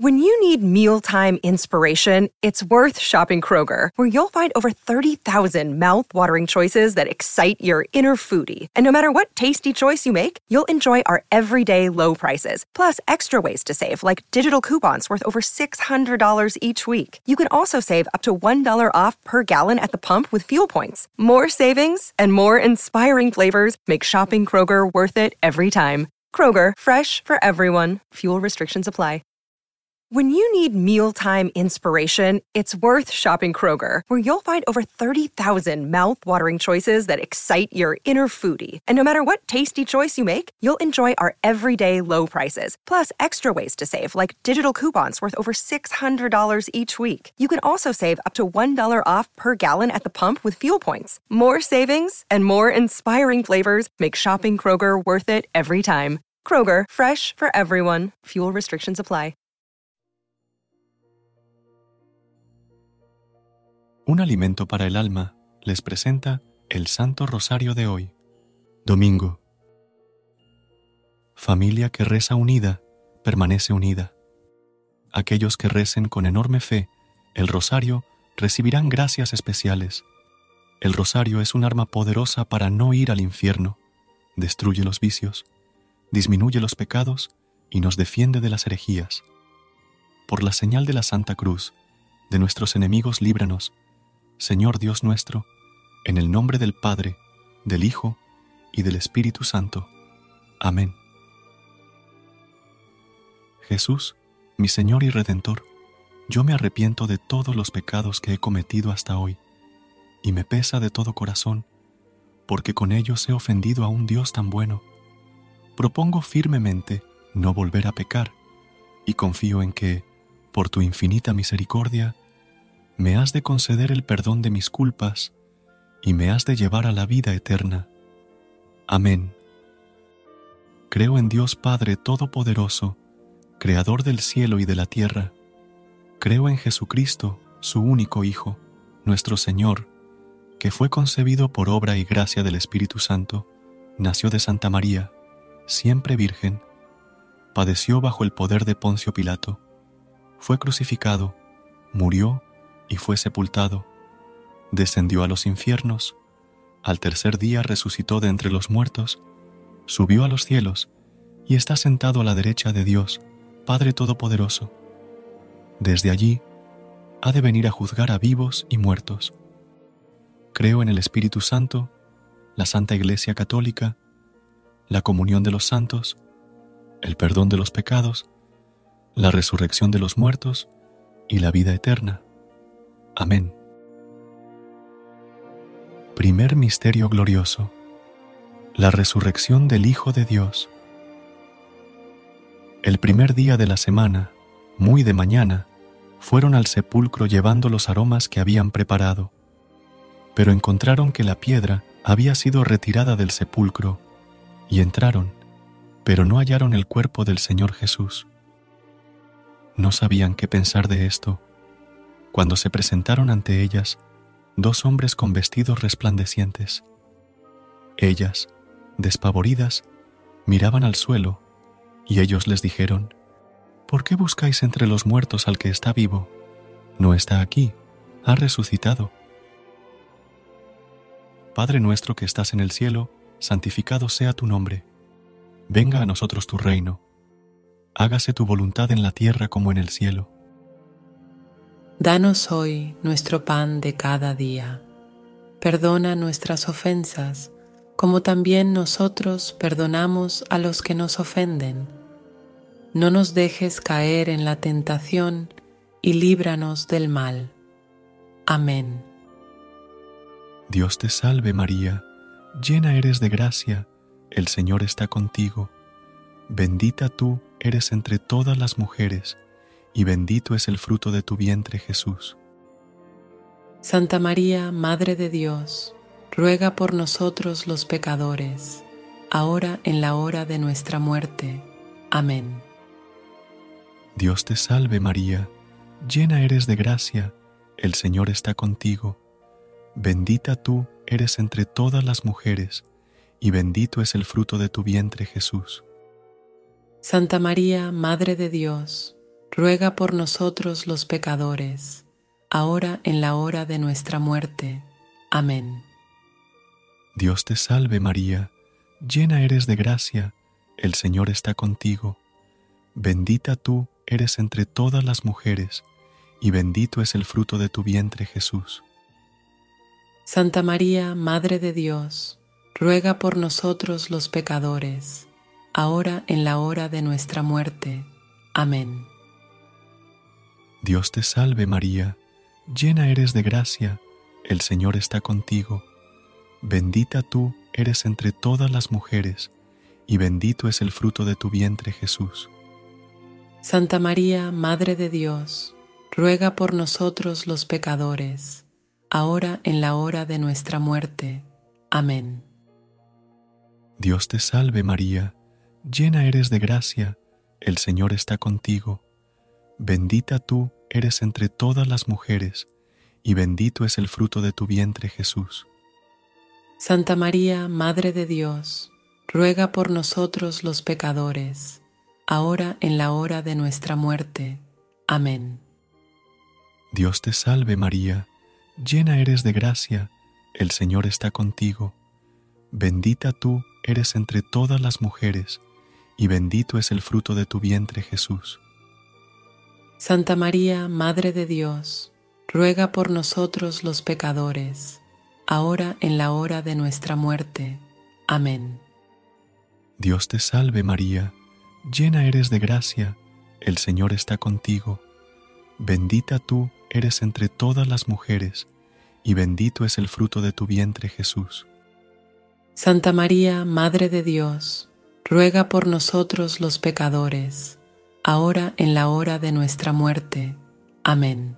When you need mealtime inspiration, it's worth shopping Kroger, where you'll find over 30,000 mouth-watering choices that excite your inner foodie. And no matter what tasty choice you make, you'll enjoy our everyday low prices, plus extra ways to save, like digital coupons worth over $600 each week. You can also save up to $1 off per gallon at the pump with fuel points. More savings and more inspiring flavors make shopping Kroger worth it every time. Kroger, fresh for everyone. Fuel restrictions apply. When you need mealtime inspiration, it's worth shopping Kroger, where you'll find over 30,000 mouth-watering choices that excite your inner foodie. And no matter what tasty choice you make, you'll enjoy our everyday low prices, plus extra ways to save, like digital coupons worth over $600 each week. You can also save up to $1 off per gallon at the pump with fuel points. More savings and more inspiring flavors make shopping Kroger worth it every time. Kroger, fresh for everyone. Fuel restrictions apply. Un alimento para el alma les presenta el Santo Rosario de hoy, domingo. Familia que reza unida, permanece unida. Aquellos que recen con enorme fe el rosario recibirán gracias especiales. El rosario es un arma poderosa para no ir al infierno, destruye los vicios, disminuye los pecados y nos defiende de las herejías. Por la señal de la Santa Cruz, de nuestros enemigos líbranos, Señor Dios nuestro, en el nombre del Padre, del Hijo y del Espíritu Santo. Amén. Jesús, mi Señor y Redentor, yo me arrepiento de todos los pecados que he cometido hasta hoy, y me pesa de todo corazón, porque con ellos he ofendido a un Dios tan bueno. Propongo firmemente no volver a pecar, y confío en que, por tu infinita misericordia, me has de conceder el perdón de mis culpas y me has de llevar a la vida eterna. Amén. Creo en Dios Padre Todopoderoso, Creador del cielo y de la tierra. Creo en Jesucristo, su único Hijo, nuestro Señor, que fue concebido por obra y gracia del Espíritu Santo, nació de Santa María, siempre virgen, padeció bajo el poder de Poncio Pilato, fue crucificado, murió y fue sepultado, descendió a los infiernos, al tercer día resucitó de entre los muertos, subió a los cielos y está sentado a la derecha de Dios, Padre Todopoderoso. Desde allí ha de venir a juzgar a vivos y muertos. Creo en el Espíritu Santo, la Santa Iglesia Católica, la comunión de los santos, el perdón de los pecados, la resurrección de los muertos y la vida eterna. Amén. Primer misterio glorioso: la resurrección del Hijo de Dios. El primer día de la semana, muy de mañana, fueron al sepulcro llevando los aromas que habían preparado, pero encontraron que la piedra había sido retirada del sepulcro, y entraron, pero no hallaron el cuerpo del Señor Jesús. No sabían qué pensar de esto, cuando se presentaron ante ellas dos hombres con vestidos resplandecientes. Ellas, despavoridas, miraban al suelo, y ellos les dijeron: ¿Por qué buscáis entre los muertos al que está vivo? No está aquí, ha resucitado. Padre nuestro que estás en el cielo, santificado sea tu nombre. Venga a nosotros tu reino. Hágase tu voluntad en la tierra como en el cielo. Danos hoy nuestro pan de cada día. Perdona nuestras ofensas, como también nosotros perdonamos a los que nos ofenden. No nos dejes caer en la tentación y líbranos del mal. Amén. Dios te salve María, llena eres de gracia, el Señor está contigo. Bendita tú eres entre todas las mujeres, y bendito es el fruto de tu vientre, Jesús. Santa María, Madre de Dios, ruega por nosotros los pecadores, ahora en la hora de nuestra muerte. Amén. Dios te salve María, llena eres de gracia, el Señor está contigo. Bendita tú eres entre todas las mujeres, y bendito es el fruto de tu vientre, Jesús. Santa María, Madre de Dios, ruega por nosotros los pecadores, ahora en la hora de nuestra muerte. Amén. Dios te salve María, llena eres de gracia, el Señor está contigo. Bendita tú eres entre todas las mujeres, y bendito es el fruto de tu vientre Jesús. Santa María, Madre de Dios, ruega por nosotros los pecadores, ahora en la hora de nuestra muerte. Amén. Dios te salve María, llena eres de gracia, el Señor está contigo. Bendita tú eres entre todas las mujeres, y bendito es el fruto de tu vientre Jesús. Santa María, Madre de Dios, ruega por nosotros los pecadores, ahora en la hora de nuestra muerte. Amén. Dios te salve María, llena eres de gracia, el Señor está contigo. Bendita tú eres entre todas las mujeres, y bendito es el fruto de tu vientre Jesús. Santa María, Madre de Dios, ruega por nosotros los pecadores, ahora en la hora de nuestra muerte. Amén. Dios te salve María, llena eres de gracia, el Señor está contigo. Bendita tú eres entre todas las mujeres, y bendito es el fruto de tu vientre Jesús. Santa María, Madre de Dios, ruega por nosotros los pecadores, ahora en la hora de nuestra muerte. Amén. Dios te salve María, llena eres de gracia, el Señor está contigo. Bendita tú eres entre todas las mujeres, y bendito es el fruto de tu vientre Jesús. Santa María, Madre de Dios, ruega por nosotros los pecadores, ahora en la hora de nuestra muerte. Amén.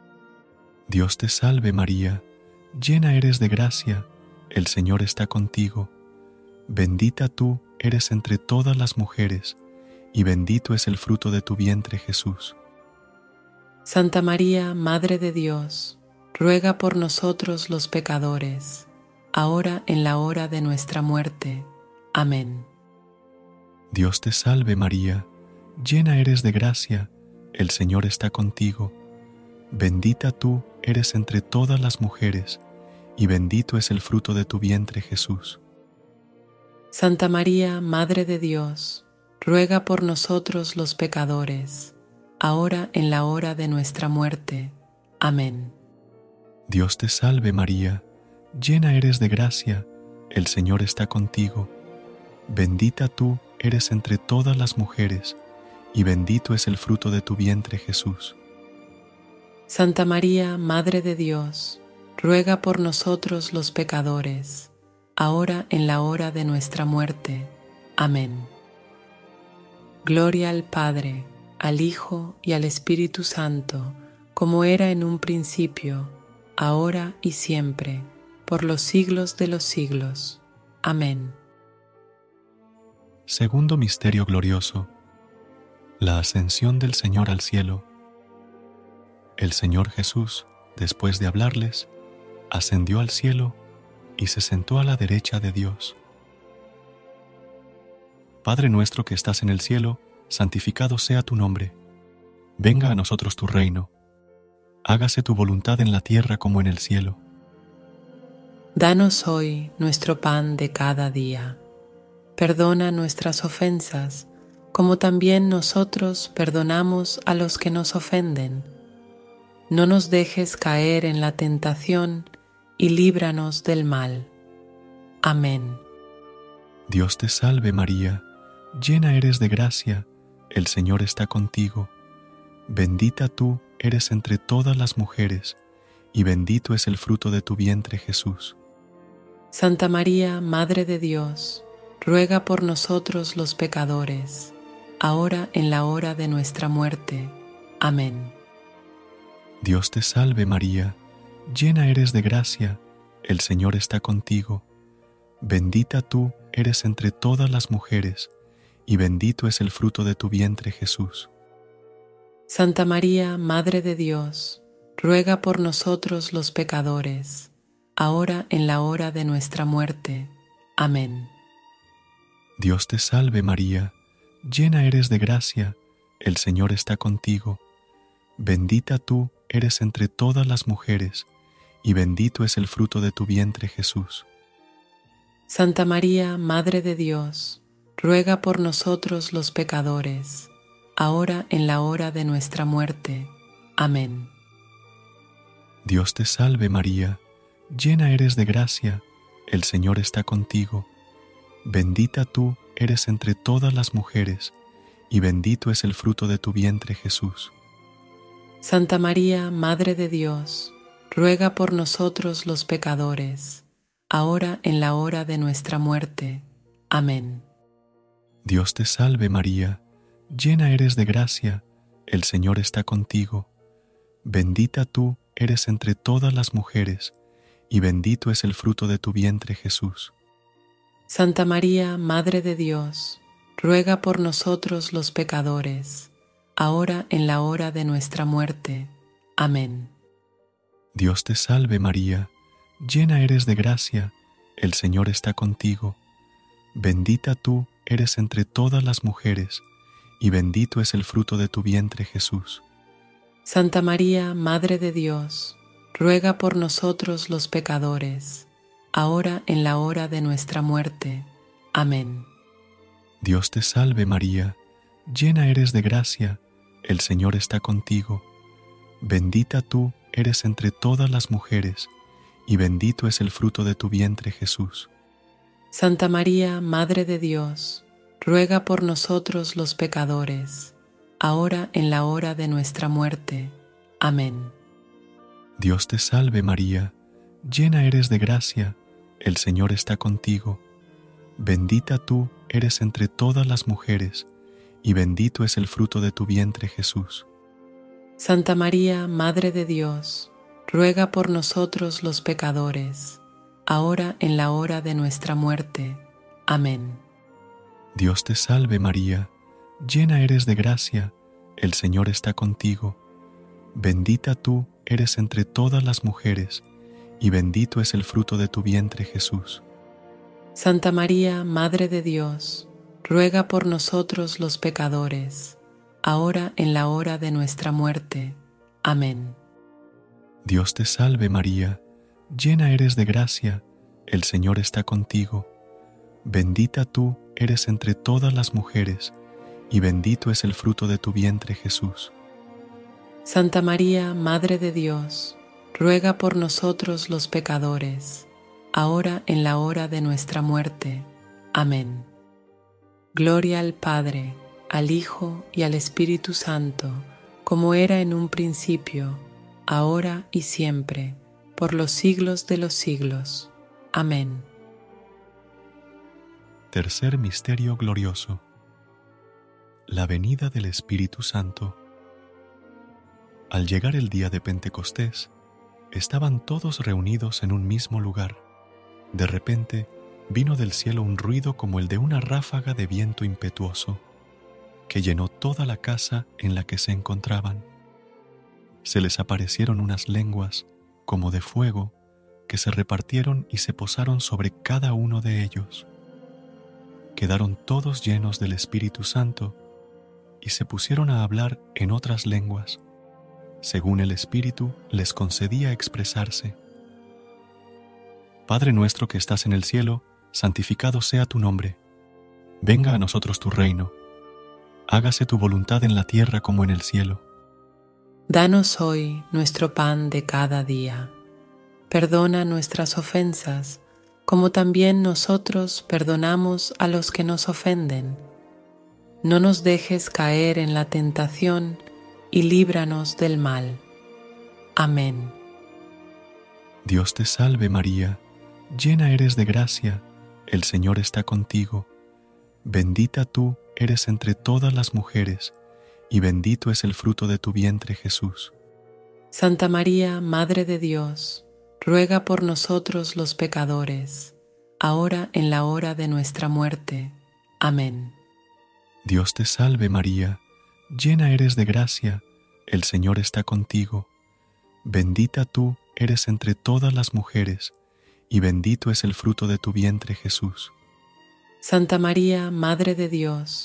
Dios te salve María, llena eres de gracia, el Señor está contigo. Bendita tú eres entre todas las mujeres, y bendito es el fruto de tu vientre Jesús. Santa María, Madre de Dios, ruega por nosotros los pecadores, ahora en la hora de nuestra muerte. Amén. Dios te salve María, llena eres de gracia, el Señor está contigo. Bendita tú eres entre todas las mujeres, y bendito es el fruto de tu vientre Jesús. Santa María, Madre de Dios, ruega por nosotros los pecadores, ahora en la hora de nuestra muerte. Amén. Dios te salve María, llena eres de gracia, el Señor está contigo. Bendita tú eres entre todas las mujeres, y bendito es el fruto de tu vientre Jesús. Santa María, Madre de Dios, ruega por nosotros los pecadores, ahora en la hora de nuestra muerte. Amén. Gloria al Padre, al Hijo y al Espíritu Santo, como era en un principio, ahora y siempre, por los siglos de los siglos. Amén. Segundo misterio glorioso: la ascensión del Señor al cielo. El Señor Jesús, después de hablarles, ascendió al cielo y se sentó a la derecha de Dios. Padre nuestro que estás en el cielo, santificado sea tu nombre. Venga a nosotros tu reino. Hágase tu voluntad en la tierra como en el cielo. Danos hoy nuestro pan de cada día. Perdona nuestras ofensas, como también nosotros perdonamos a los que nos ofenden. No nos dejes caer en la tentación y líbranos del mal. Amén. Dios te salve María, llena eres de gracia, el Señor está contigo. Bendita tú eres entre todas las mujeres, y bendito es el fruto de tu vientre Jesús. Santa María, Madre de Dios, ruega por nosotros los pecadores, ahora en la hora de nuestra muerte. Amén. Dios te salve María, llena eres de gracia, el Señor está contigo. Bendita tú eres entre todas las mujeres, y bendito es el fruto de tu vientre Jesús. Santa María, Madre de Dios, ruega por nosotros los pecadores, ahora en la hora de nuestra muerte. Amén. Dios te salve María, llena eres de gracia, el Señor está contigo. Bendita tú eres entre todas las mujeres, y bendito es el fruto de tu vientre, Jesús. Santa María, Madre de Dios, ruega por nosotros los pecadores, ahora en la hora de nuestra muerte. Amén. Dios te salve María, llena eres de gracia, el Señor está contigo. Bendita tú eres entre todas las mujeres, y bendito es el fruto de tu vientre, Jesús. Santa María, Madre de Dios, ruega por nosotros los pecadores, ahora en la hora de nuestra muerte. Amén. Dios te salve María, llena eres de gracia, el Señor está contigo. Bendita tú eres entre todas las mujeres, y bendito es el fruto de tu vientre, Jesús. Santa María, Madre de Dios, ruega por nosotros los pecadores, ahora en la hora de nuestra muerte. Amén. Dios te salve María, llena eres de gracia, el Señor está contigo. Bendita tú eres entre todas las mujeres, y bendito es el fruto de tu vientre, Jesús. Santa María, Madre de Dios, ruega por nosotros los pecadores, ahora en la hora de nuestra muerte. Amén. Dios te salve María, llena eres de gracia, el Señor está contigo. Bendita tú eres entre todas las mujeres, y bendito es el fruto de tu vientre, Jesús. Santa María, Madre de Dios, ruega por nosotros los pecadores, ahora en la hora de nuestra muerte. Amén. Dios te salve María, llena eres de gracia, el Señor está contigo. Bendita tú eres entre todas las mujeres, y bendito es el fruto de tu vientre, Jesús. Santa María, Madre de Dios, ruega por nosotros los pecadores, ahora en la hora de nuestra muerte. Amén. Dios te salve María, llena eres de gracia, el Señor está contigo. Bendita tú eres entre todas las mujeres, y bendito es el fruto de tu vientre, Jesús. Santa María, Madre de Dios, ruega por nosotros los pecadores, ahora en la hora de nuestra muerte. Amén. Dios te salve María, llena eres de gracia, el Señor está contigo. Bendita tú eres entre todas las mujeres, y bendito es el fruto de tu vientre, Jesús. Santa María, Madre de Dios, ruega por nosotros los pecadores, ahora en la hora de nuestra muerte. Amén. Gloria al Padre, al Hijo y al Espíritu Santo, como era en un principio, ahora y siempre, por los siglos de los siglos. Amén. Tercer misterio glorioso: la venida del Espíritu Santo. Al llegar el día de Pentecostés, estaban todos reunidos en un mismo lugar. De repente, vino del cielo un ruido como el de una ráfaga de viento impetuoso, que llenó toda la casa en la que se encontraban. Se les aparecieron unas lenguas, como de fuego, que se repartieron y se posaron sobre cada uno de ellos. Quedaron todos llenos del Espíritu Santo y se pusieron a hablar en otras lenguas, según el Espíritu les concedía expresarse. Padre nuestro que estás en el cielo, santificado sea tu nombre. Venga a nosotros tu reino. Hágase tu voluntad en la tierra como en el cielo. Danos hoy nuestro pan de cada día. Perdona nuestras ofensas, como también nosotros perdonamos a los que nos ofenden. No nos dejes caer en la tentación y líbranos del mal. Amén. Dios te salve María, llena eres de gracia, el Señor está contigo. Bendita tú eres entre todas las mujeres, y bendito es el fruto de tu vientre, Jesús. Santa María, Madre de Dios, ruega por nosotros los pecadores, ahora en la hora de nuestra muerte. Amén. Dios te salve María, llena eres de gracia, el Señor está contigo. Bendita tú eres entre todas las mujeres, y bendito es el fruto de tu vientre, Jesús. Santa María, Madre de Dios,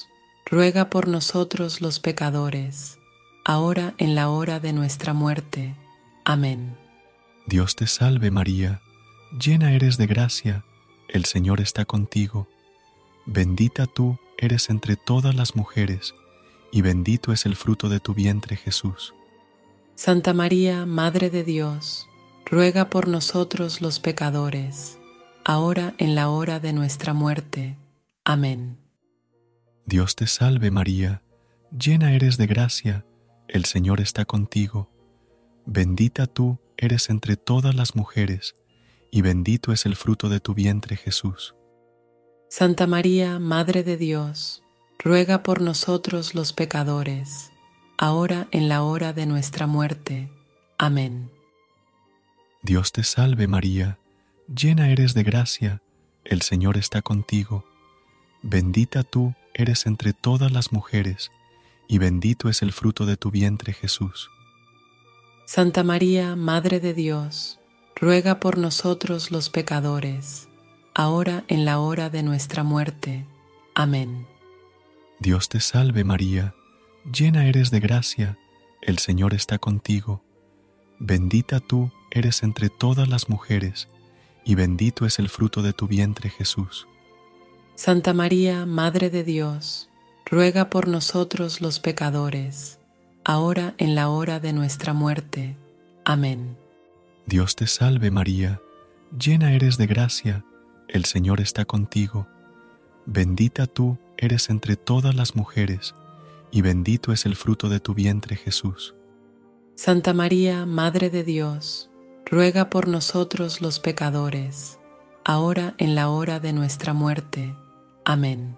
ruega por nosotros los pecadores, ahora en la hora de nuestra muerte. Amén. Dios te salve María, llena eres de gracia, el Señor está contigo. Bendita tú eres entre todas las mujeres, y bendito es el fruto de tu vientre Jesús. Santa María, Madre de Dios, ruega por nosotros los pecadores, ahora en la hora de nuestra muerte. Amén. Dios te salve María, llena eres de gracia, el Señor está contigo. Bendita tú eres entre todas las mujeres, y bendito es el fruto de tu vientre Jesús. Santa María, Madre de Dios, ruega por nosotros los pecadores, ahora en la hora de nuestra muerte. Amén. Dios te salve María, llena eres de gracia, el Señor está contigo. Bendita tú eres entre todas las mujeres, y bendito es el fruto de tu vientre Jesús. Santa María, Madre de Dios, ruega por nosotros los pecadores, ahora en la hora de nuestra muerte. Amén. Dios te salve María, llena eres de gracia, el Señor está contigo. Bendita tú eres entre todas las mujeres, y bendito es el fruto de tu vientre Jesús. Santa María, Madre de Dios, ruega por nosotros los pecadores, ahora en la hora de nuestra muerte. Amén. Dios te salve María, llena eres de gracia, el Señor está contigo. Bendita tú eres entre todas las mujeres, y bendito es el fruto de tu vientre Jesús. Santa María, Madre de Dios, ruega por nosotros los pecadores, ahora en la hora de nuestra muerte. Amén.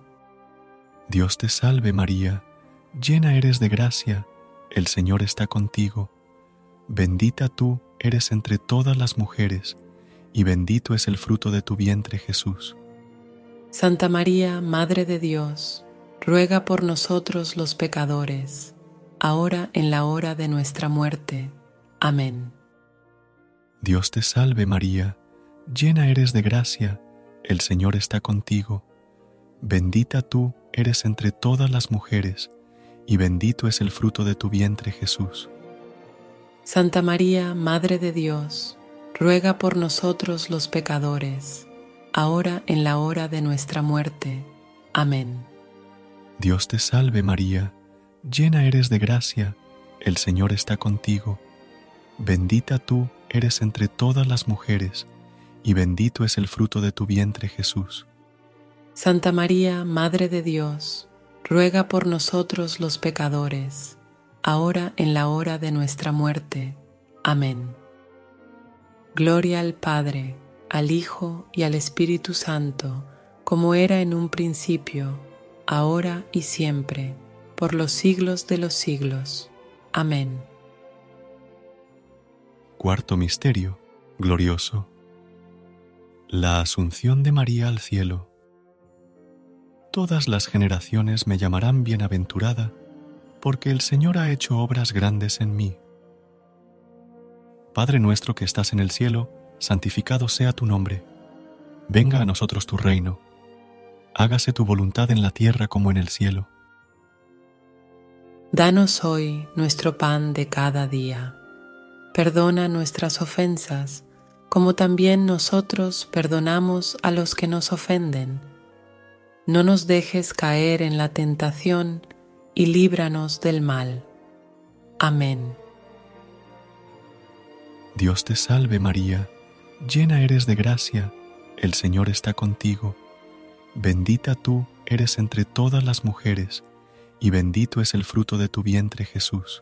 Dios te salve María, llena eres de gracia, el Señor está contigo. Bendita tú eres entre todas las mujeres, y bendito es el fruto de tu vientre Jesús. Santa María, Madre de Dios, ruega por nosotros los pecadores, ahora en la hora de nuestra muerte. Amén. Dios te salve María, llena eres de gracia, el Señor está contigo. Bendita tú eres entre todas las mujeres, y bendito es el fruto de tu vientre Jesús. Santa María, Madre de Dios, ruega por nosotros los pecadores, ahora en la hora de nuestra muerte. Amén. Dios te salve María, llena eres de gracia, el Señor está contigo. Bendita tú eres entre todas las mujeres, y bendito es el fruto de tu vientre Jesús. Santa María, Madre de Dios, ruega por nosotros los pecadores, ahora en la hora de nuestra muerte. Amén. Gloria al Padre, al Hijo y al Espíritu Santo, como era en un principio, ahora y siempre, por los siglos de los siglos. Amén. Cuarto misterio glorioso: la Asunción de María al cielo. Todas las generaciones me llamarán bienaventurada, porque el Señor ha hecho obras grandes en mí. Padre nuestro que estás en el cielo, santificado sea tu nombre. Venga a nosotros tu reino. Hágase tu voluntad en la tierra como en el cielo. Danos hoy nuestro pan de cada día. Perdona nuestras ofensas, como también nosotros perdonamos a los que nos ofenden. No nos dejes caer en la tentación y líbranos del mal. Amén. Dios te salve María, llena eres de gracia, el Señor está contigo. Bendita tú eres entre todas las mujeres, y bendito es el fruto de tu vientre Jesús.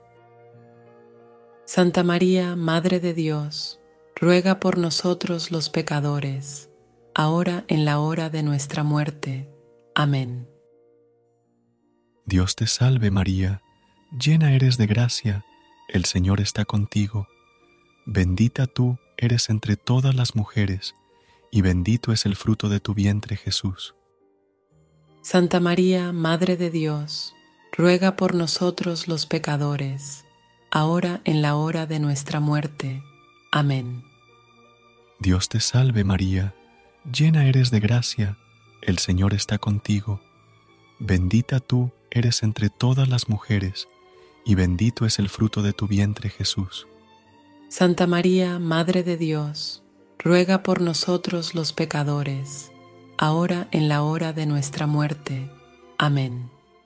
Santa María, Madre de Dios, ruega por nosotros los pecadores, ahora en la hora de nuestra muerte. Amén. Dios te salve María, llena eres de gracia, el Señor está contigo. Bendita tú eres entre todas las mujeres, y bendito es el fruto de tu vientre Jesús. Santa María, Madre de Dios, ruega por nosotros los pecadores, ahora en la hora de nuestra muerte. Amén. Dios te salve María, llena eres de gracia, el Señor está contigo. Bendita tú eres entre todas las mujeres, y bendito es el fruto de tu vientre, Jesús. Santa María, Madre de Dios, ruega por nosotros los pecadores, ahora en la hora de nuestra muerte. Amén.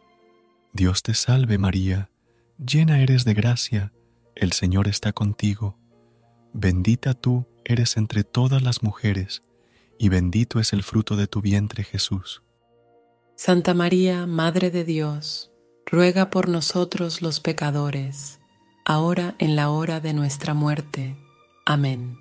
Dios te salve María, llena eres de gracia, el Señor está contigo. Bendita tú eres entre todas las mujeres, y bendito es el fruto de tu vientre, Jesús. Santa María, Madre de Dios, ruega por nosotros los pecadores, ahora en la hora de nuestra muerte. Amén.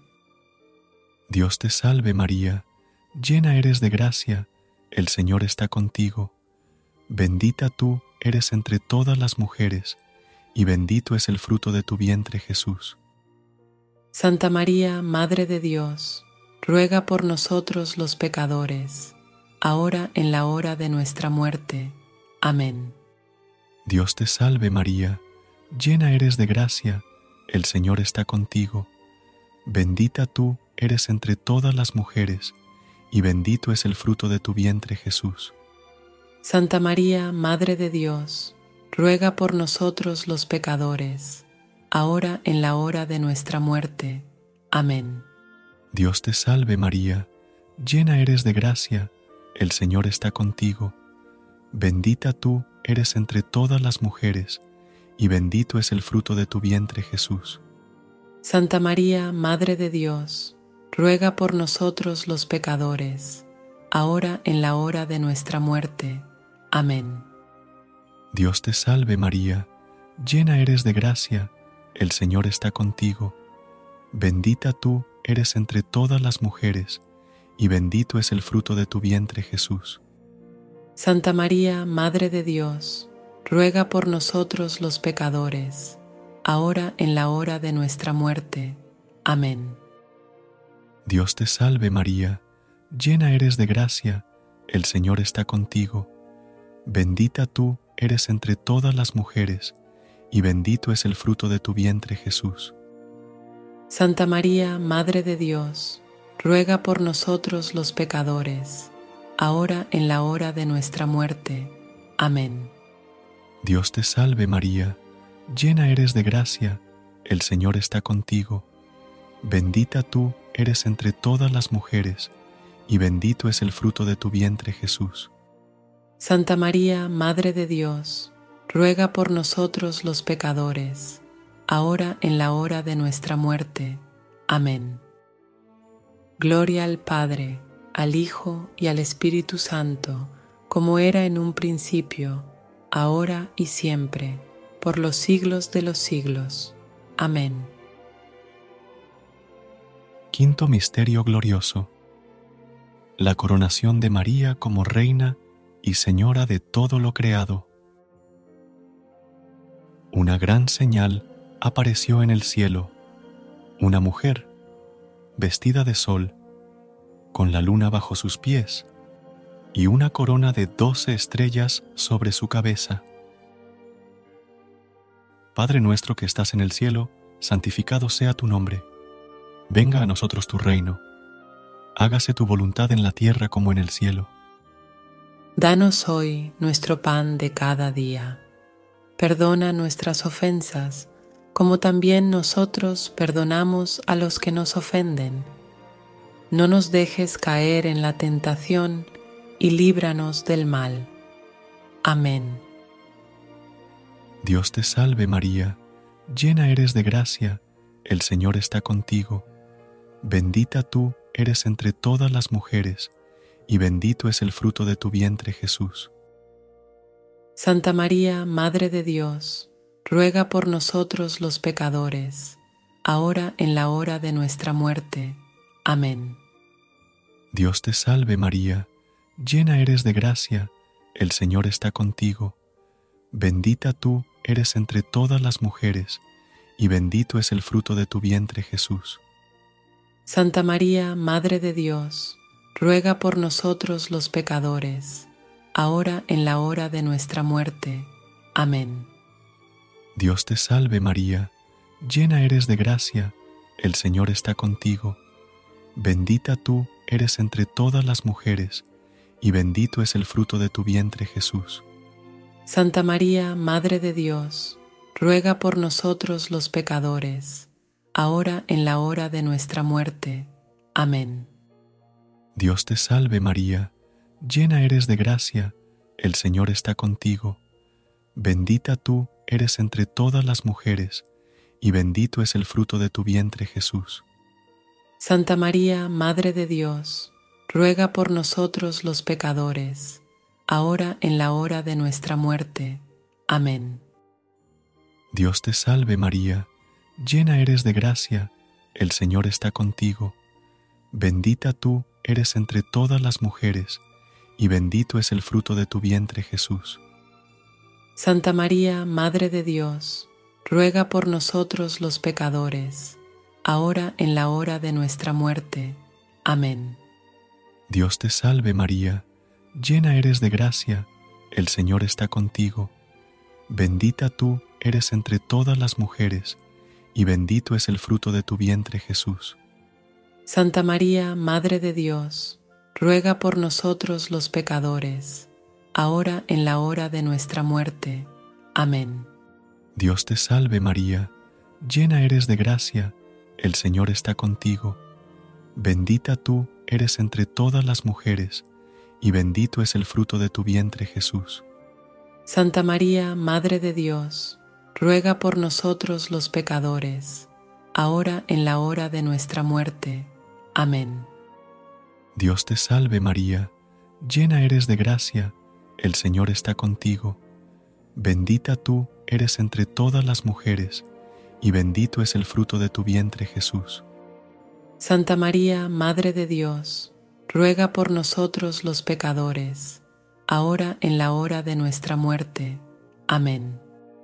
Dios te salve María, llena eres de gracia, el Señor está contigo. Bendita tú eres entre todas las mujeres, y bendito es el fruto de tu vientre, Jesús. Santa María, Madre de Dios, ruega por nosotros los pecadores, ahora en la hora de nuestra muerte. Amén. Dios te salve María, llena eres de gracia, el Señor está contigo. Bendita tú eres entre todas las mujeres, y bendito es el fruto de tu vientre, Jesús. Santa María, Madre de Dios, ruega por nosotros los pecadores, ahora en la hora de nuestra muerte. Amén. Dios te salve María, llena eres de gracia, el Señor está contigo. Bendita tú eres entre todas las mujeres, y bendito es el fruto de tu vientre, Jesús. Santa María, Madre de Dios, ruega por nosotros los pecadores, ahora en la hora de nuestra muerte. Amén. Dios te salve María, llena eres de gracia, el Señor está contigo. Bendita tú eres entre todas las mujeres, y bendito es el fruto de tu vientre, Jesús. Santa María, Madre de Dios, ruega por nosotros los pecadores, ahora en la hora de nuestra muerte. Amén. Dios te salve María, llena eres de gracia, el Señor está contigo. Bendita tú eres entre todas las mujeres, y bendito es el fruto de tu vientre, Jesús. Santa María, Madre de Dios, ruega por nosotros los pecadores, ahora en la hora de nuestra muerte. Amén. Dios te salve María, llena eres de gracia, el Señor está contigo. Bendita tú eres entre todas las mujeres, y bendito es el fruto de tu vientre, Jesús. Santa María, Madre de Dios, ruega por nosotros los pecadores, ahora en la hora de nuestra muerte. Amén. Gloria al Padre, al Hijo y al Espíritu Santo, como era en un principio, ahora y siempre, por los siglos de los siglos. Amén. Quinto misterio glorioso: la coronación de María como Reina y Señora de todo lo creado. Una gran señal apareció en el cielo: una mujer, vestida de sol, con la luna bajo sus pies, y una corona de 12 estrellas sobre su cabeza. Padre nuestro que estás en el cielo, santificado sea tu nombre. Venga a nosotros tu reino. Hágase tu voluntad en la tierra como en el cielo. Danos hoy nuestro pan de cada día. Perdona nuestras ofensas, como también nosotros perdonamos a los que nos ofenden. No nos dejes caer en la tentación y líbranos del mal. Amén. Dios te salve María, llena eres de gracia, el Señor está contigo. Bendita tú eres entre todas las mujeres, y bendito es el fruto de tu vientre, Jesús. Santa María, Madre de Dios, ruega por nosotros los pecadores, ahora en la hora de nuestra muerte. Amén. Dios te salve María, llena eres de gracia, el Señor está contigo. Bendita tú eres entre todas las mujeres, y bendito es el fruto de tu vientre, Jesús. Santa María, Madre de Dios, ruega por nosotros los pecadores, ahora en la hora de nuestra muerte. Amén. Dios te salve María, llena eres de gracia, el Señor está contigo. Bendita tú eres entre todas las mujeres, y bendito es el fruto de tu vientre, Jesús. Santa María, Madre de Dios, ruega por nosotros los pecadores, ahora en la hora de nuestra muerte. Amén. Dios te salve María, llena eres de gracia, el Señor está contigo. Bendita tú eres entre todas las mujeres, y bendito es el fruto de tu vientre Jesús. Santa María, Madre de Dios, ruega por nosotros los pecadores, ahora en la hora de nuestra muerte. Amén. Dios te salve María, llena eres de gracia, el Señor está contigo. Bendita tú eres entre todas las mujeres, y bendito es el fruto de tu vientre Jesús. Santa María, Madre de Dios, ruega por nosotros los pecadores, ahora en la hora de nuestra muerte. Amén. Dios te salve María, llena eres de gracia, el Señor está contigo. Bendita tú eres entre todas las mujeres, y bendito es el fruto de tu vientre Jesús. Santa María, Madre de Dios, ruega por nosotros los pecadores, ahora en la hora de nuestra muerte. Amén. Dios te salve María, llena eres de gracia, el Señor está contigo. Bendita tú eres entre todas las mujeres, y bendito es el fruto de tu vientre Jesús. Santa María, Madre de Dios, ruega por nosotros los pecadores, ahora en la hora de nuestra muerte. Amén. Dios te salve María, llena eres de gracia, el Señor está contigo. Bendita tú eres entre todas las mujeres, y bendito es el fruto de tu vientre Jesús. Santa María, Madre de Dios, ruega por nosotros los pecadores, ahora en la hora de nuestra muerte. Amén.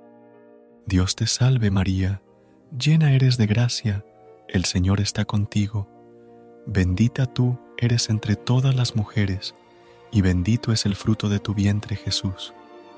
Dios te salve María, llena eres de gracia, el Señor está contigo. Bendita tú eres entre todas las mujeres, y bendito es el fruto de tu vientre Jesús.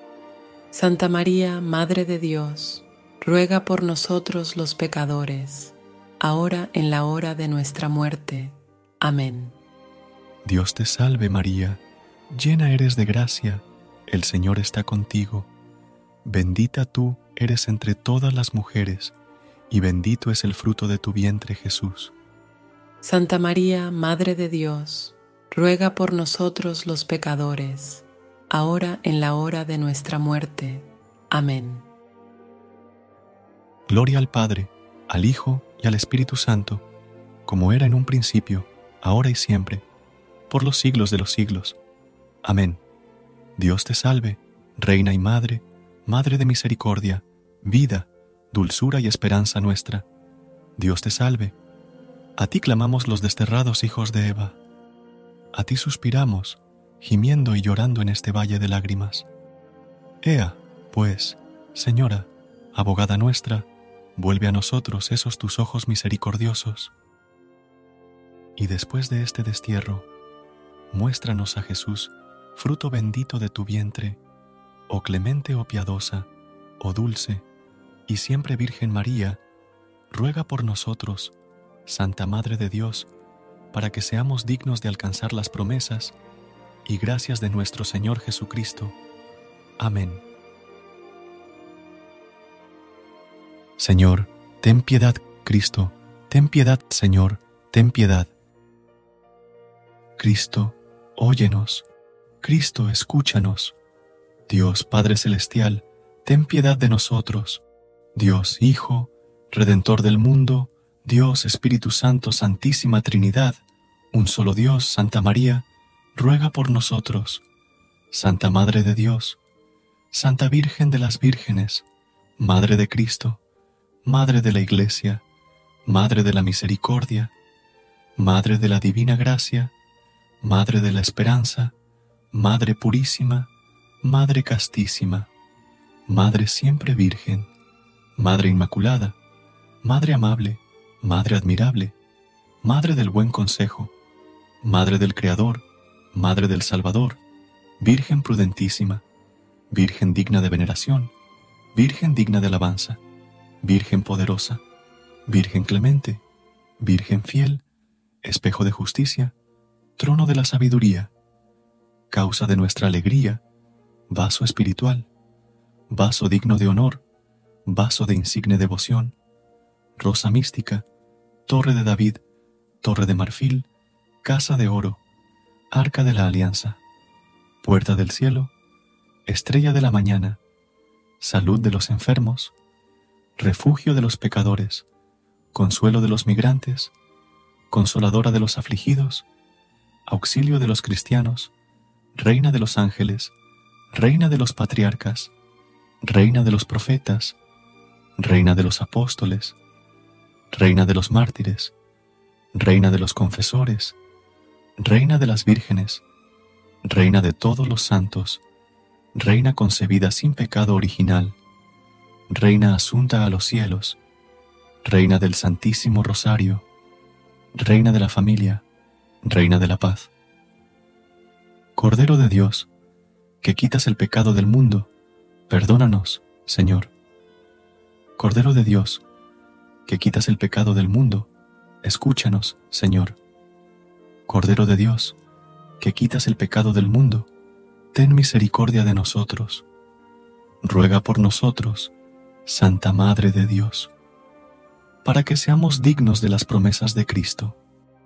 Santa María, Madre de Dios, ruega por nosotros los pecadores, ahora en la hora de nuestra muerte. Amén. Dios te salve María, llena eres de gracia, el Señor está contigo. Bendita tú eres entre todas las mujeres, y bendito es el fruto de tu vientre Jesús. Santa María, Madre de Dios, ruega por nosotros los pecadores, ahora en la hora de nuestra muerte. Amén. Gloria al Padre, al Hijo y al Espíritu Santo, como era en un principio, ahora y siempre, por los siglos de los siglos. Amén. Dios te salve, Reina y Madre, Madre de misericordia, vida, dulzura y esperanza nuestra. Dios te salve. A ti clamamos los desterrados hijos de Eva. A ti suspiramos, gimiendo y llorando en este valle de lágrimas. Ea, pues, Señora, abogada nuestra, vuelve a nosotros esos tus ojos misericordiosos. Y después de este destierro, muéstranos a Jesús, fruto bendito de tu vientre, oh clemente o piadosa, oh dulce, y siempre Virgen María, ruega por nosotros, Santa Madre de Dios, para que seamos dignos de alcanzar las promesas y gracias de nuestro Señor Jesucristo. Amén. Señor, ten piedad, Cristo, ten piedad, Señor, ten piedad. Cristo, óyenos. Cristo, escúchanos. Dios Padre Celestial, ten piedad de nosotros. Dios Hijo, Redentor del mundo, Dios Espíritu Santo, Santísima Trinidad, un solo Dios, Santa María, ruega por nosotros. Santa Madre de Dios, Santa Virgen de las Vírgenes, Madre de Cristo, Madre de la Iglesia, Madre de la Misericordia, Madre de la Divina Gracia, Madre de la Esperanza, Madre Purísima, Madre Castísima, Madre Siempre Virgen, Madre Inmaculada, Madre Amable, Madre Admirable, Madre del Buen Consejo, Madre del Creador, Madre del Salvador, Virgen prudentísima, Virgen digna de veneración, Virgen digna de alabanza, Virgen poderosa, Virgen clemente, Virgen fiel, espejo de justicia, trono de la sabiduría, causa de nuestra alegría, vaso espiritual, vaso digno de honor, vaso de insigne devoción, rosa mística, torre de David, torre de marfil, casa de oro, arca de la alianza, puerta del cielo, estrella de la mañana, salud de los enfermos, refugio de los pecadores, consuelo de los migrantes, consoladora de los afligidos, auxilio de los cristianos, reina de los ángeles, reina de los patriarcas, reina de los profetas, reina de los apóstoles, reina de los mártires, reina de los confesores, reina de las vírgenes, reina de todos los santos, reina concebida sin pecado original, reina asunta a los cielos, reina del Santísimo Rosario, reina de la familia, reina de la paz. Cordero de Dios, que quitas el pecado del mundo, perdónanos, Señor. Cordero de Dios, que quitas el pecado del mundo, escúchanos, Señor. Cordero de Dios, que quitas el pecado del mundo, ten misericordia de nosotros. Ruega por nosotros, Santa Madre de Dios, para que seamos dignos de las promesas de Cristo.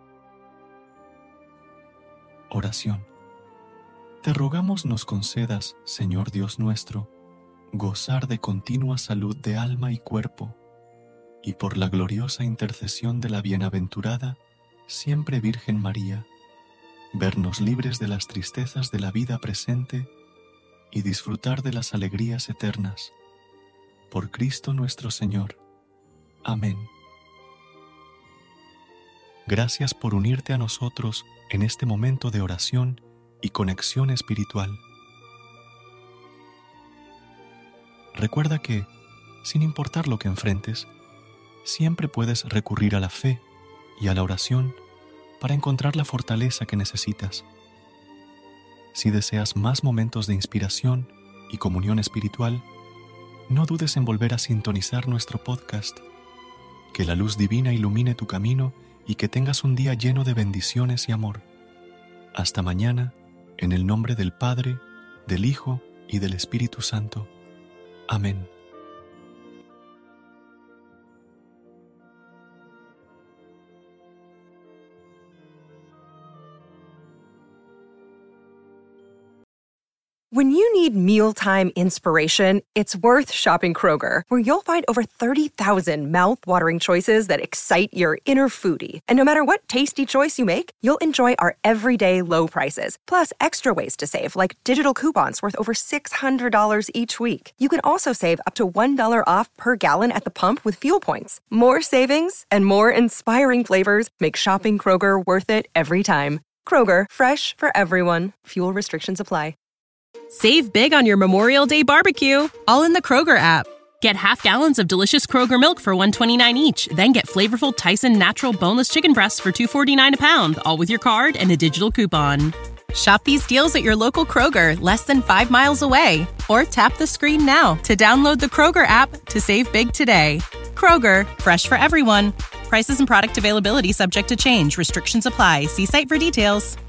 Oración. Te rogamos nos concedas, Señor Dios nuestro, gozar de continua salud de alma y cuerpo, y por la gloriosa intercesión de la bienaventurada, siempre Virgen María, vernos libres de las tristezas de la vida presente y disfrutar de las alegrías eternas. Por Cristo nuestro Señor. Amén. Gracias por unirte a nosotros en este momento de oración y conexión espiritual. Recuerda que, sin importar lo que enfrentes, siempre puedes recurrir a la fe y a la oración para encontrar la fortaleza que necesitas. Si deseas más momentos de inspiración y comunión espiritual, no dudes en volver a sintonizar nuestro podcast. Que la luz divina ilumine tu camino y que tengas un día lleno de bendiciones y amor. Hasta mañana, en el nombre del Padre, del Hijo y del Espíritu Santo. Amén. When you need mealtime inspiration, it's worth shopping Kroger, where you'll find over 30,000 mouth-watering choices that excite your inner foodie. And no matter what tasty choice you make, you'll enjoy our everyday low prices, plus extra ways to save, like digital coupons worth over $600 each week. You can also save up to $1 off per gallon at the pump with fuel points. More savings and more inspiring flavors make shopping Kroger worth it every time. Kroger, fresh for everyone. Fuel restrictions apply. Save big on your Memorial Day barbecue, all in the Kroger app. Get half gallons of delicious Kroger milk for $1.29 each. Then get flavorful Tyson natural boneless chicken breasts for $2.49 a pound, all with your card and a digital coupon. Shop these deals at your local Kroger, less than 5 miles away. Or tap the screen now to download the Kroger app to save big today. Kroger, fresh for everyone. Prices and product availability subject to change. Restrictions apply. See site for details.